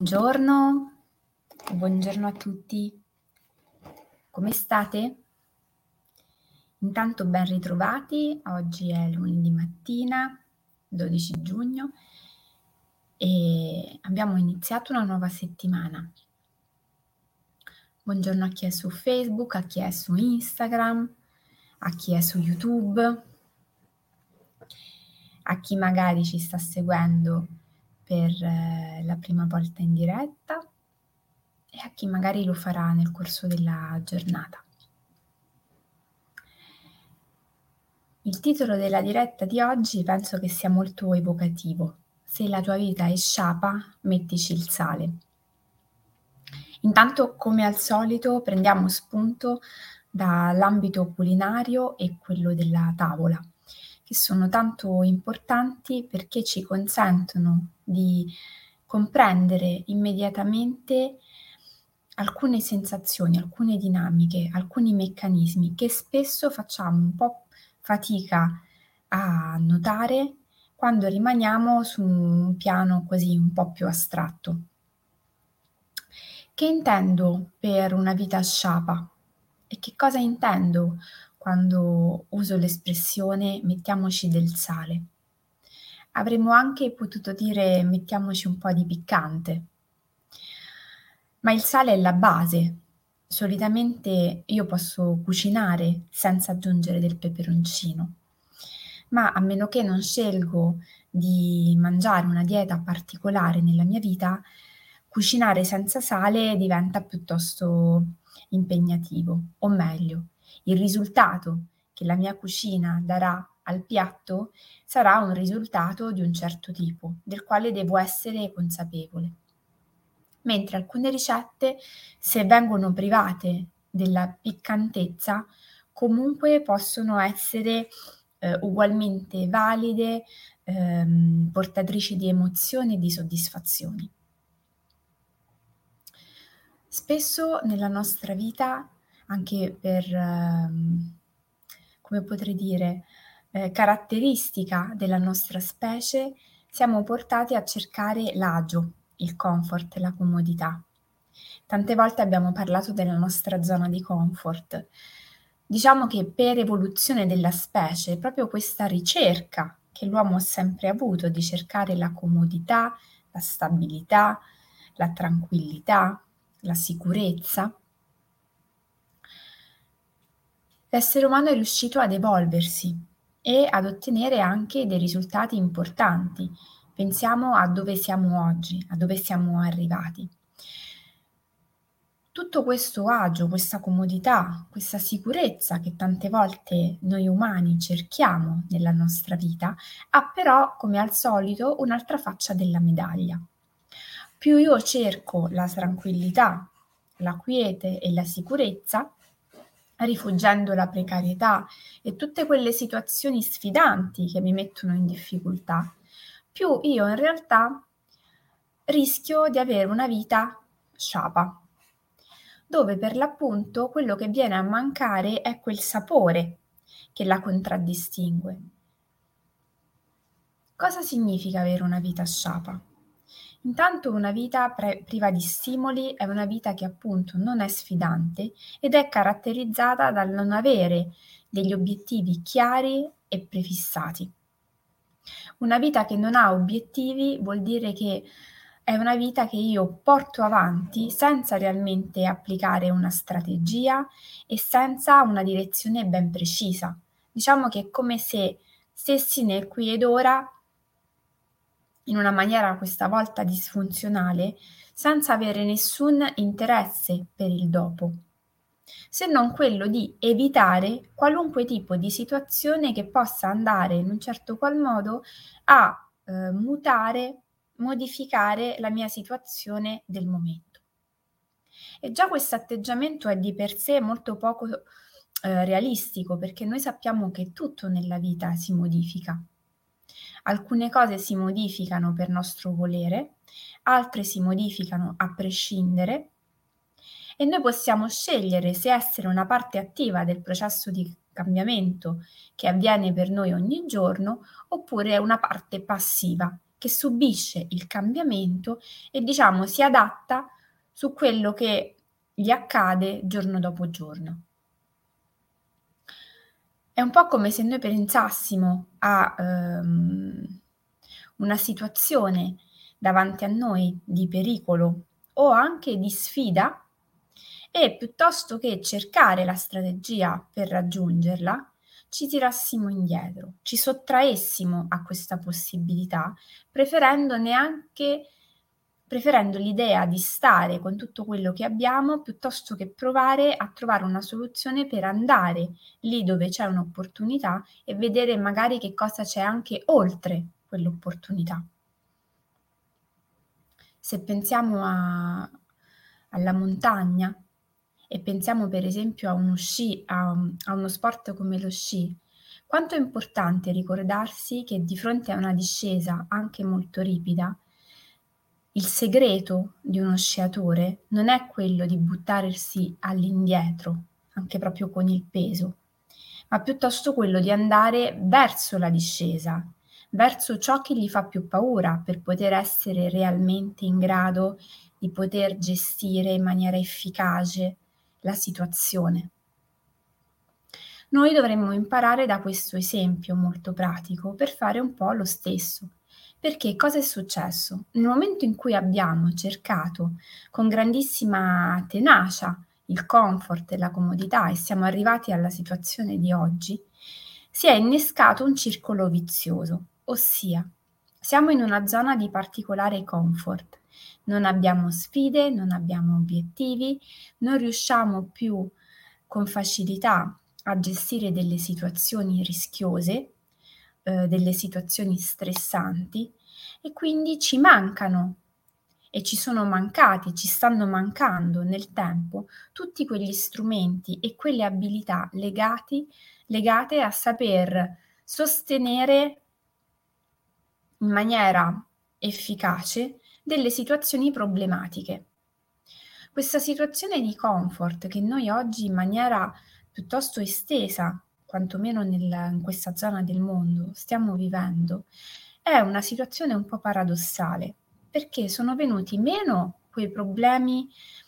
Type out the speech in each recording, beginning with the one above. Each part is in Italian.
Buongiorno, buongiorno a tutti. Come state? Intanto ben ritrovati, oggi è lunedì mattina, 12 giugno e abbiamo iniziato una nuova settimana. Buongiorno a chi è su Facebook, a chi è su Instagram, a chi è su YouTube, a chi magari ci sta seguendo per la prima volta in diretta e a chi magari lo farà nel corso della giornata. Il titolo della diretta di oggi penso che sia molto evocativo. Se la tua vita è sciapa, mettici il sale. Intanto, come al solito, prendiamo spunto dall'ambito culinario e quello della tavola, che sono tanto importanti perché ci consentono di comprendere immediatamente alcune sensazioni, alcune dinamiche, alcuni meccanismi che spesso facciamo un po' fatica a notare quando rimaniamo su un piano così un po' più astratto. Che intendo per una vita sciapa? E che cosa intendo quando uso l'espressione mettiamoci del sale? Avremmo anche potuto dire mettiamoci un po' di piccante. Ma il sale è la base. Solitamente io posso cucinare senza aggiungere del peperoncino, ma a meno che non scelgo di mangiare una dieta particolare nella mia vita, cucinare senza sale diventa piuttosto impegnativo, o meglio, il risultato che la mia cucina darà al piatto sarà un risultato di un certo tipo, del quale devo essere consapevole. Mentre alcune ricette, se vengono private della piccantezza, comunque possono essere, ugualmente valide, portatrici di emozioni e di soddisfazioni. Spesso nella nostra vita, anche per, come potrei dire, caratteristica della nostra specie, siamo portati a cercare l'agio, il comfort, la comodità. Tante volte abbiamo parlato della nostra zona di comfort. Diciamo che per evoluzione della specie, proprio questa ricerca che l'uomo ha sempre avuto di cercare la comodità, la stabilità, la tranquillità, la sicurezza, l'essere umano è riuscito ad evolversi e ad ottenere anche dei risultati importanti. Pensiamo a dove siamo oggi, a dove siamo arrivati. Tutto questo agio, questa comodità, questa sicurezza che tante volte noi umani cerchiamo nella nostra vita, ha però, come al solito, un'altra faccia della medaglia. Più io cerco la tranquillità, la quiete e la sicurezza, rifuggendo la precarietà e tutte quelle situazioni sfidanti che mi mettono in difficoltà, più io in realtà rischio di avere una vita sciapa, dove per l'appunto quello che viene a mancare è quel sapore che la contraddistingue. Cosa significa avere una vita sciapa? Intanto una vita priva di stimoli è una vita che appunto non è sfidante ed è caratterizzata dal non avere degli obiettivi chiari e prefissati. Una vita che non ha obiettivi vuol dire che è una vita che io porto avanti senza realmente applicare una strategia e senza una direzione ben precisa. Diciamo che è come se stessi nel qui ed ora in una maniera questa volta disfunzionale, senza avere nessun interesse per il dopo, se non quello di evitare qualunque tipo di situazione che possa andare in un certo qual modo a mutare, modificare la mia situazione del momento. E già questo atteggiamento è di per sé molto poco realistico, perché noi sappiamo che tutto nella vita si modifica. Alcune cose si modificano per nostro volere, altre si modificano a prescindere e noi possiamo scegliere se essere una parte attiva del processo di cambiamento che avviene per noi ogni giorno oppure una parte passiva che subisce il cambiamento e diciamo si adatta su quello che gli accade giorno dopo giorno. È un po' come se noi pensassimo a, una situazione davanti a noi di pericolo o anche di sfida e piuttosto che cercare la strategia per raggiungerla, ci tirassimo indietro, ci sottraessimo a questa possibilità, preferendo neanche preferendo l'idea di stare con tutto quello che abbiamo, piuttosto che provare a trovare una soluzione per andare lì dove c'è un'opportunità e vedere magari che cosa c'è anche oltre quell'opportunità. Se pensiamo alla montagna e pensiamo per esempio a uno sport come lo sci, quanto è importante ricordarsi che di fronte a una discesa anche molto ripida, il segreto di uno sciatore non è quello di buttarsi all'indietro, anche proprio con il peso, ma piuttosto quello di andare verso la discesa, verso ciò che gli fa più paura per poter essere realmente in grado di poter gestire in maniera efficace la situazione. Noi dovremmo imparare da questo esempio molto pratico per fare un po' lo stesso. Perché cosa è successo? Nel momento in cui abbiamo cercato con grandissima tenacia il comfort e la comodità e siamo arrivati alla situazione di oggi, si è innescato un circolo vizioso, ossia siamo in una zona di particolare comfort, non abbiamo sfide, non abbiamo obiettivi, non riusciamo più con facilità a gestire delle situazioni rischiose, delle situazioni stressanti e quindi ci mancano e ci sono mancati, ci stanno mancando nel tempo tutti quegli strumenti e quelle abilità legate a saper sostenere in maniera efficace delle situazioni problematiche. Questa situazione di comfort che noi oggi in maniera piuttosto estesa, quantomeno in questa zona del mondo, stiamo vivendo, è una situazione un po' paradossale, perché sono venuti meno quei problemi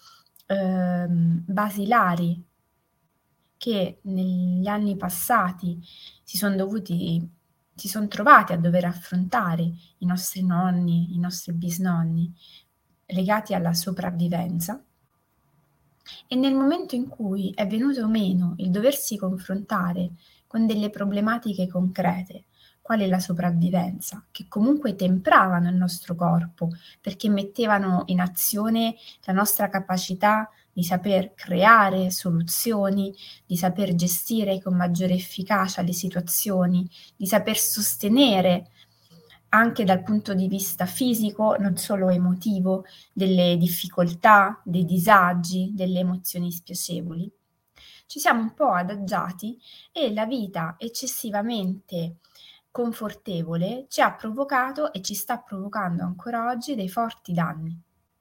basilari che negli anni passati si son dovuti si son trovati a dover affrontare i nostri nonni, i nostri bisnonni, legati alla sopravvivenza, e nel momento in cui è venuto meno il doversi confrontare con delle problematiche concrete, quale la sopravvivenza, che comunque tempravano il nostro corpo, perché mettevano in azione la nostra capacità di saper creare soluzioni, di saper gestire con maggiore efficacia le situazioni, di saper sostenere anche dal punto di vista fisico, non solo emotivo, delle difficoltà, dei disagi, delle emozioni spiacevoli. Ci siamo un po' adagiati e la vita eccessivamente confortevole ci ha provocato e ci sta provocando ancora oggi dei forti danni.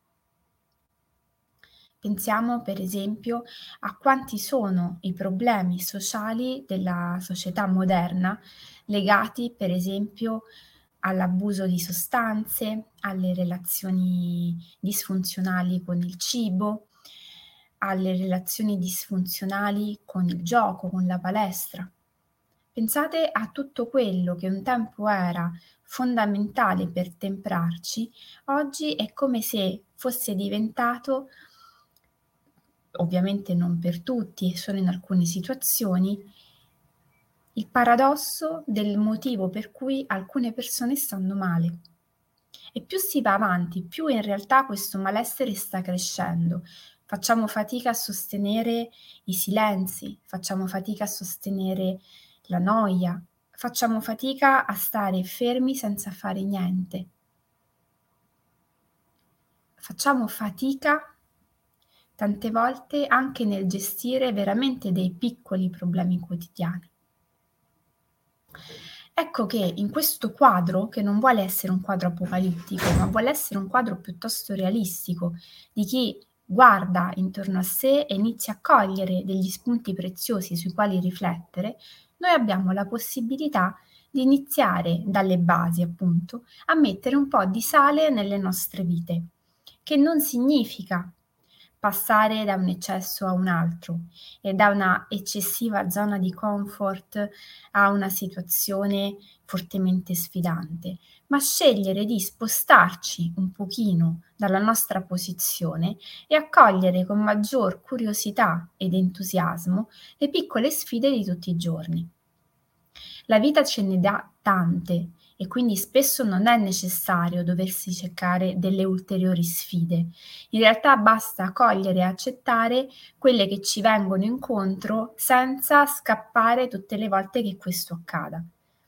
Pensiamo per esempio a quanti sono i problemi sociali della società moderna legati per esempio all'abuso di sostanze, alle relazioni disfunzionali con il cibo, alle relazioni disfunzionali con il gioco, con la palestra. Pensate a tutto quello che un tempo era fondamentale per temprarci, oggi è come se fosse diventato, ovviamente non per tutti, solo in alcune situazioni, il paradosso del motivo per cui alcune persone stanno male. E più si va avanti, più in realtà questo malessere sta crescendo. Facciamo fatica a sostenere i silenzi, facciamo fatica a sostenere la noia, facciamo fatica a stare fermi senza fare niente. Facciamo fatica tante volte anche nel gestire veramente dei piccoli problemi quotidiani. Ecco che in questo quadro, che non vuole essere un quadro apocalittico, ma vuole essere un quadro piuttosto realistico di chi guarda intorno a sé e inizia a cogliere degli spunti preziosi sui quali riflettere, noi abbiamo la possibilità di iniziare dalle basi, appunto, a mettere un po' di sale nelle nostre vite, che non significa passare da un eccesso a un altro e da una eccessiva zona di comfort a una situazione fortemente sfidante, ma scegliere di spostarci un pochino dalla nostra posizione e accogliere con maggior curiosità ed entusiasmo le piccole sfide di tutti i giorni. La vita ce ne dà tante e quindi spesso non è necessario doversi cercare delle ulteriori sfide. In realtà basta cogliere e accettare quelle che ci vengono incontro senza scappare tutte le volte che questo accada.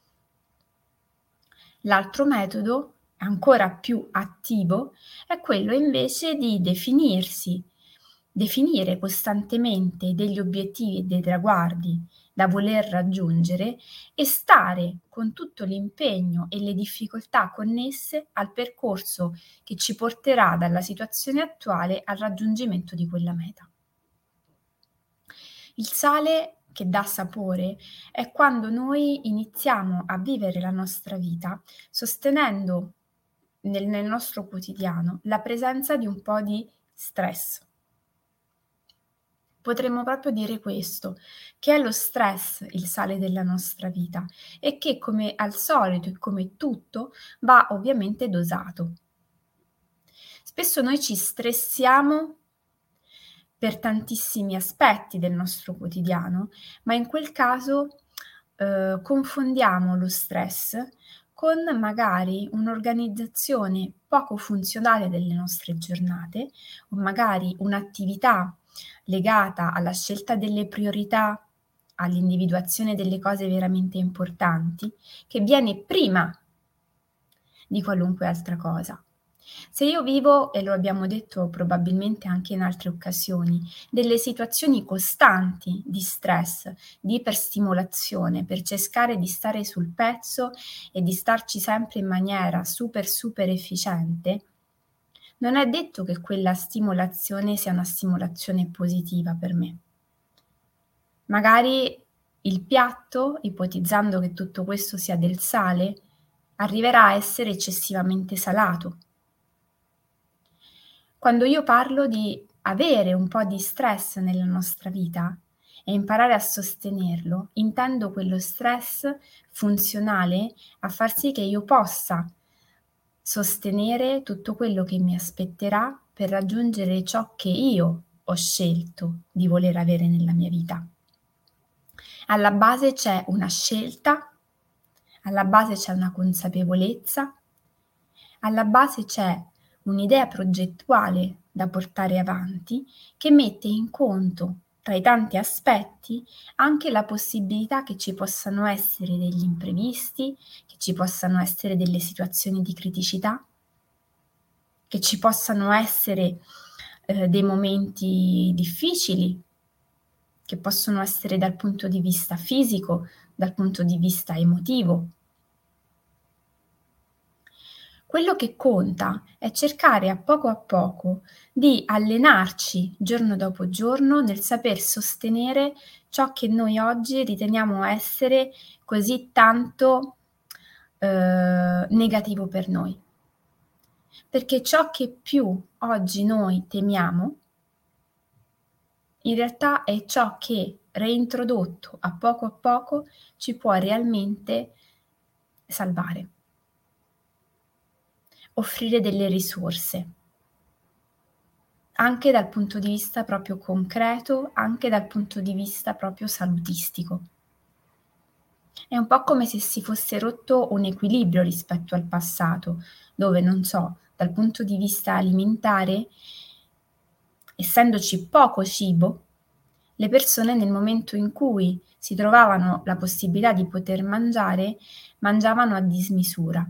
L'altro metodo, ancora più attivo, è quello invece di definire costantemente degli obiettivi e dei traguardi da voler raggiungere e stare con tutto l'impegno e le difficoltà connesse al percorso che ci porterà dalla situazione attuale al raggiungimento di quella meta. Il sale che dà sapore è quando noi iniziamo a vivere la nostra vita sostenendo nel nostro quotidiano la presenza di un po' di stress. Potremmo proprio dire questo, che è lo stress il sale della nostra vita e che come al solito e come tutto va ovviamente dosato. Spesso noi ci stressiamo per tantissimi aspetti del nostro quotidiano, ma in quel caso, confondiamo lo stress con magari un'organizzazione poco funzionale delle nostre giornate o magari un'attività legata alla scelta delle priorità, all'individuazione delle cose veramente importanti, che viene prima di qualunque altra cosa. Se io vivo, e lo abbiamo detto probabilmente anche in altre occasioni, delle situazioni costanti di stress, di iperstimolazione, per cercare di stare sul pezzo e di starci sempre in maniera super efficiente, non è detto che quella stimolazione sia una stimolazione positiva per me. Magari il piatto, ipotizzando che tutto questo sia del sale, arriverà a essere eccessivamente salato. Quando io parlo di avere un po' di stress nella nostra vita e imparare a sostenerlo, intendo quello stress funzionale a far sì che io possa sostenere tutto quello che mi aspetterà per raggiungere ciò che io ho scelto di voler avere nella mia vita. Alla base c'è una scelta, alla base c'è una consapevolezza, alla base c'è un'idea progettuale da portare avanti che mette in conto, tra i tanti aspetti, anche la possibilità che ci possano essere degli imprevisti, che ci possano essere delle situazioni di criticità, che ci possano essere dei momenti difficili, che possono essere dal punto di vista fisico, dal punto di vista emotivo. Quello che conta è cercare a poco di allenarci giorno dopo giorno nel saper sostenere ciò che noi oggi riteniamo essere così tanto negativo per noi. Perché ciò che più oggi noi temiamo, in realtà è ciò che reintrodotto a poco ci può realmente salvare, offrire delle risorse. Anche dal punto di vista proprio concreto, anche dal punto di vista proprio salutistico. È un po' come se si fosse rotto un equilibrio rispetto al passato, dove, non so, dal punto di vista alimentare, essendoci poco cibo, le persone nel momento in cui si trovavano la possibilità di poter mangiare, mangiavano a dismisura.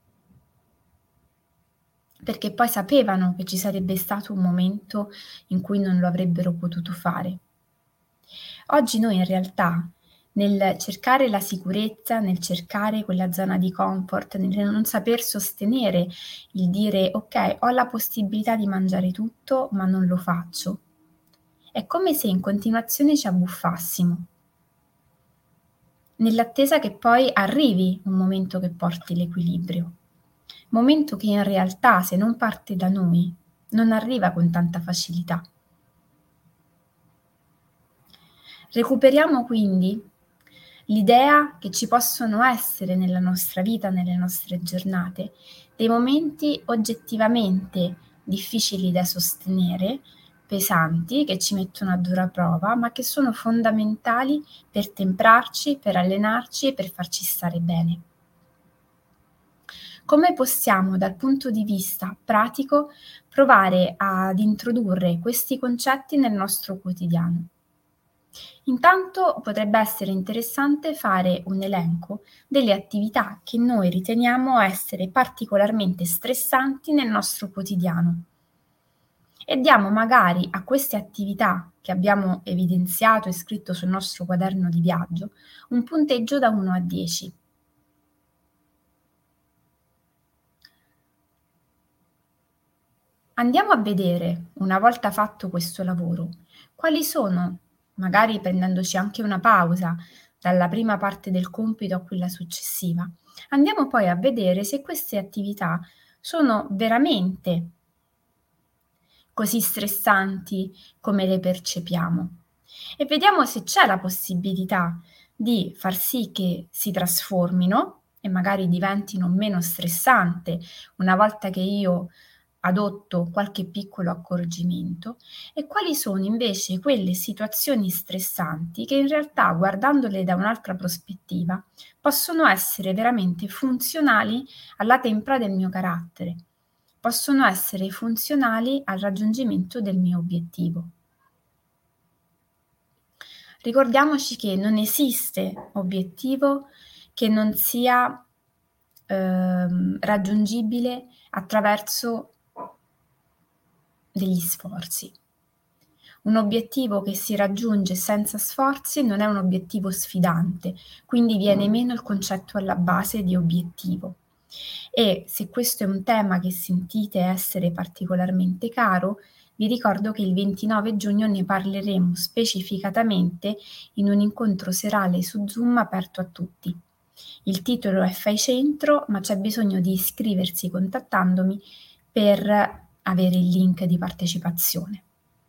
Perché poi sapevano che ci sarebbe stato un momento in cui non lo avrebbero potuto fare. Oggi noi in realtà, nel cercare la sicurezza, nel cercare quella zona di comfort, nel non saper sostenere il dire: "Okay, ho la possibilità di mangiare tutto, ma non lo faccio", è come se in continuazione ci abbuffassimo. nell'attesa che poi arrivi un momento che porti l'equilibrio. Momento che in realtà, se non parte da noi, non arriva con tanta facilità. Recuperiamo quindi l'idea che ci possono essere nella nostra vita, nelle nostre giornate, dei momenti oggettivamente difficili da sostenere, pesanti, che ci mettono a dura prova, ma che sono fondamentali per temprarci, per allenarci e per farci stare bene. Come possiamo, dal punto di vista pratico, provare ad introdurre questi concetti nel nostro quotidiano? Intanto potrebbe essere interessante fare un elenco delle attività che noi riteniamo essere particolarmente stressanti nel nostro quotidiano e diamo magari a queste attività che abbiamo evidenziato e scritto sul nostro quaderno di viaggio un punteggio da 1 a 10. Andiamo a vedere, una volta fatto questo lavoro, quali sono, magari prendendoci anche una pausa dalla prima parte del compito a quella successiva, andiamo poi a vedere se queste attività sono veramente così stressanti come le percepiamo e vediamo se c'è la possibilità di far sì che si trasformino e magari diventino meno stressante una volta che io adotto qualche piccolo accorgimento e quali sono invece quelle situazioni stressanti che in realtà, guardandole da un'altra prospettiva, possono essere veramente funzionali alla tempra del mio carattere, possono essere funzionali al raggiungimento del mio obiettivo. Ricordiamoci che non esiste obiettivo che non sia raggiungibile attraverso degli sforzi. Un obiettivo che si raggiunge senza sforzi non è un obiettivo sfidante, quindi viene meno il concetto alla base di obiettivo. E se questo è un tema che sentite essere particolarmente caro, vi ricordo che il 29 giugno ne parleremo specificatamente in un incontro serale su Zoom aperto a tutti. Il titolo è Fai Centro, ma c'è bisogno di iscriversi contattandomi per avere il link di partecipazione.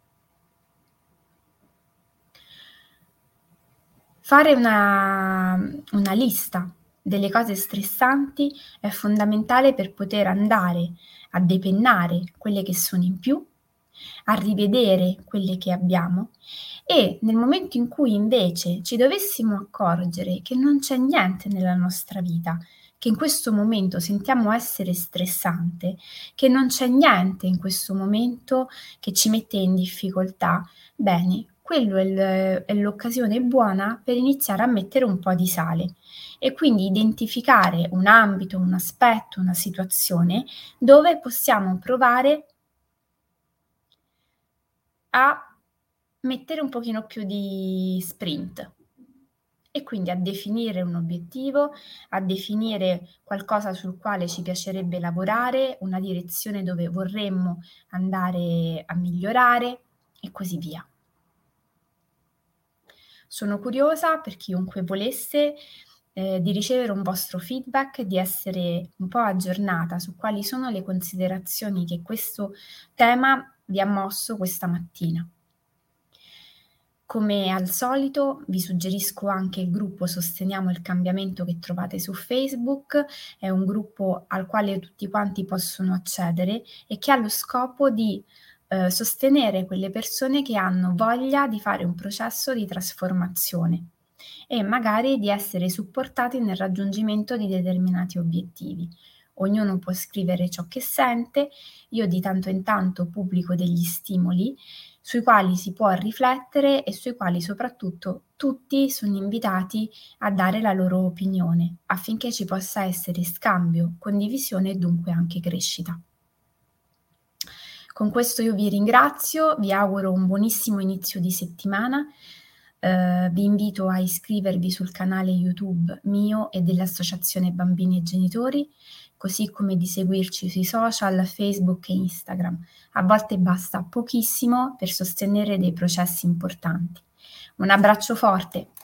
Fare una lista delle cose stressanti è fondamentale per poter andare a depennare quelle che sono in più, a rivedere quelle che abbiamo e nel momento in cui invece ci dovessimo accorgere che non c'è niente nella nostra vita che in questo momento sentiamo essere stressante, che non c'è niente in questo momento che ci mette in difficoltà, bene, quello è l'occasione buona per iniziare a mettere un po' di sale e quindi identificare un ambito, un aspetto, una situazione dove possiamo provare a mettere un pochino più di sprint e quindi a definire un obiettivo, a definire qualcosa sul quale ci piacerebbe lavorare, una direzione dove vorremmo andare a migliorare e così via. Sono curiosa, per chiunque volesse, di ricevere un vostro feedback, di essere un po' aggiornata su quali sono le considerazioni che questo tema vi ha mosso questa mattina. Come al solito vi suggerisco anche il gruppo Sosteniamo il cambiamento che trovate su Facebook, è un gruppo al quale tutti quanti possono accedere e che ha lo scopo di sostenere quelle persone che hanno voglia di fare un processo di trasformazione e magari di essere supportati nel raggiungimento di determinati obiettivi. Ognuno può scrivere ciò che sente, io di tanto in tanto pubblico degli stimoli sui quali si può riflettere e sui quali soprattutto tutti sono invitati a dare la loro opinione, affinché ci possa essere scambio, condivisione e dunque anche crescita. Con questo io vi ringrazio, vi auguro un buonissimo inizio di settimana, vi invito a iscrivervi sul canale YouTube mio e dell'Associazione Bambini e Genitori, così come di seguirci sui social, Facebook e Instagram. A volte basta pochissimo per sostenere dei processi importanti. Un abbraccio forte!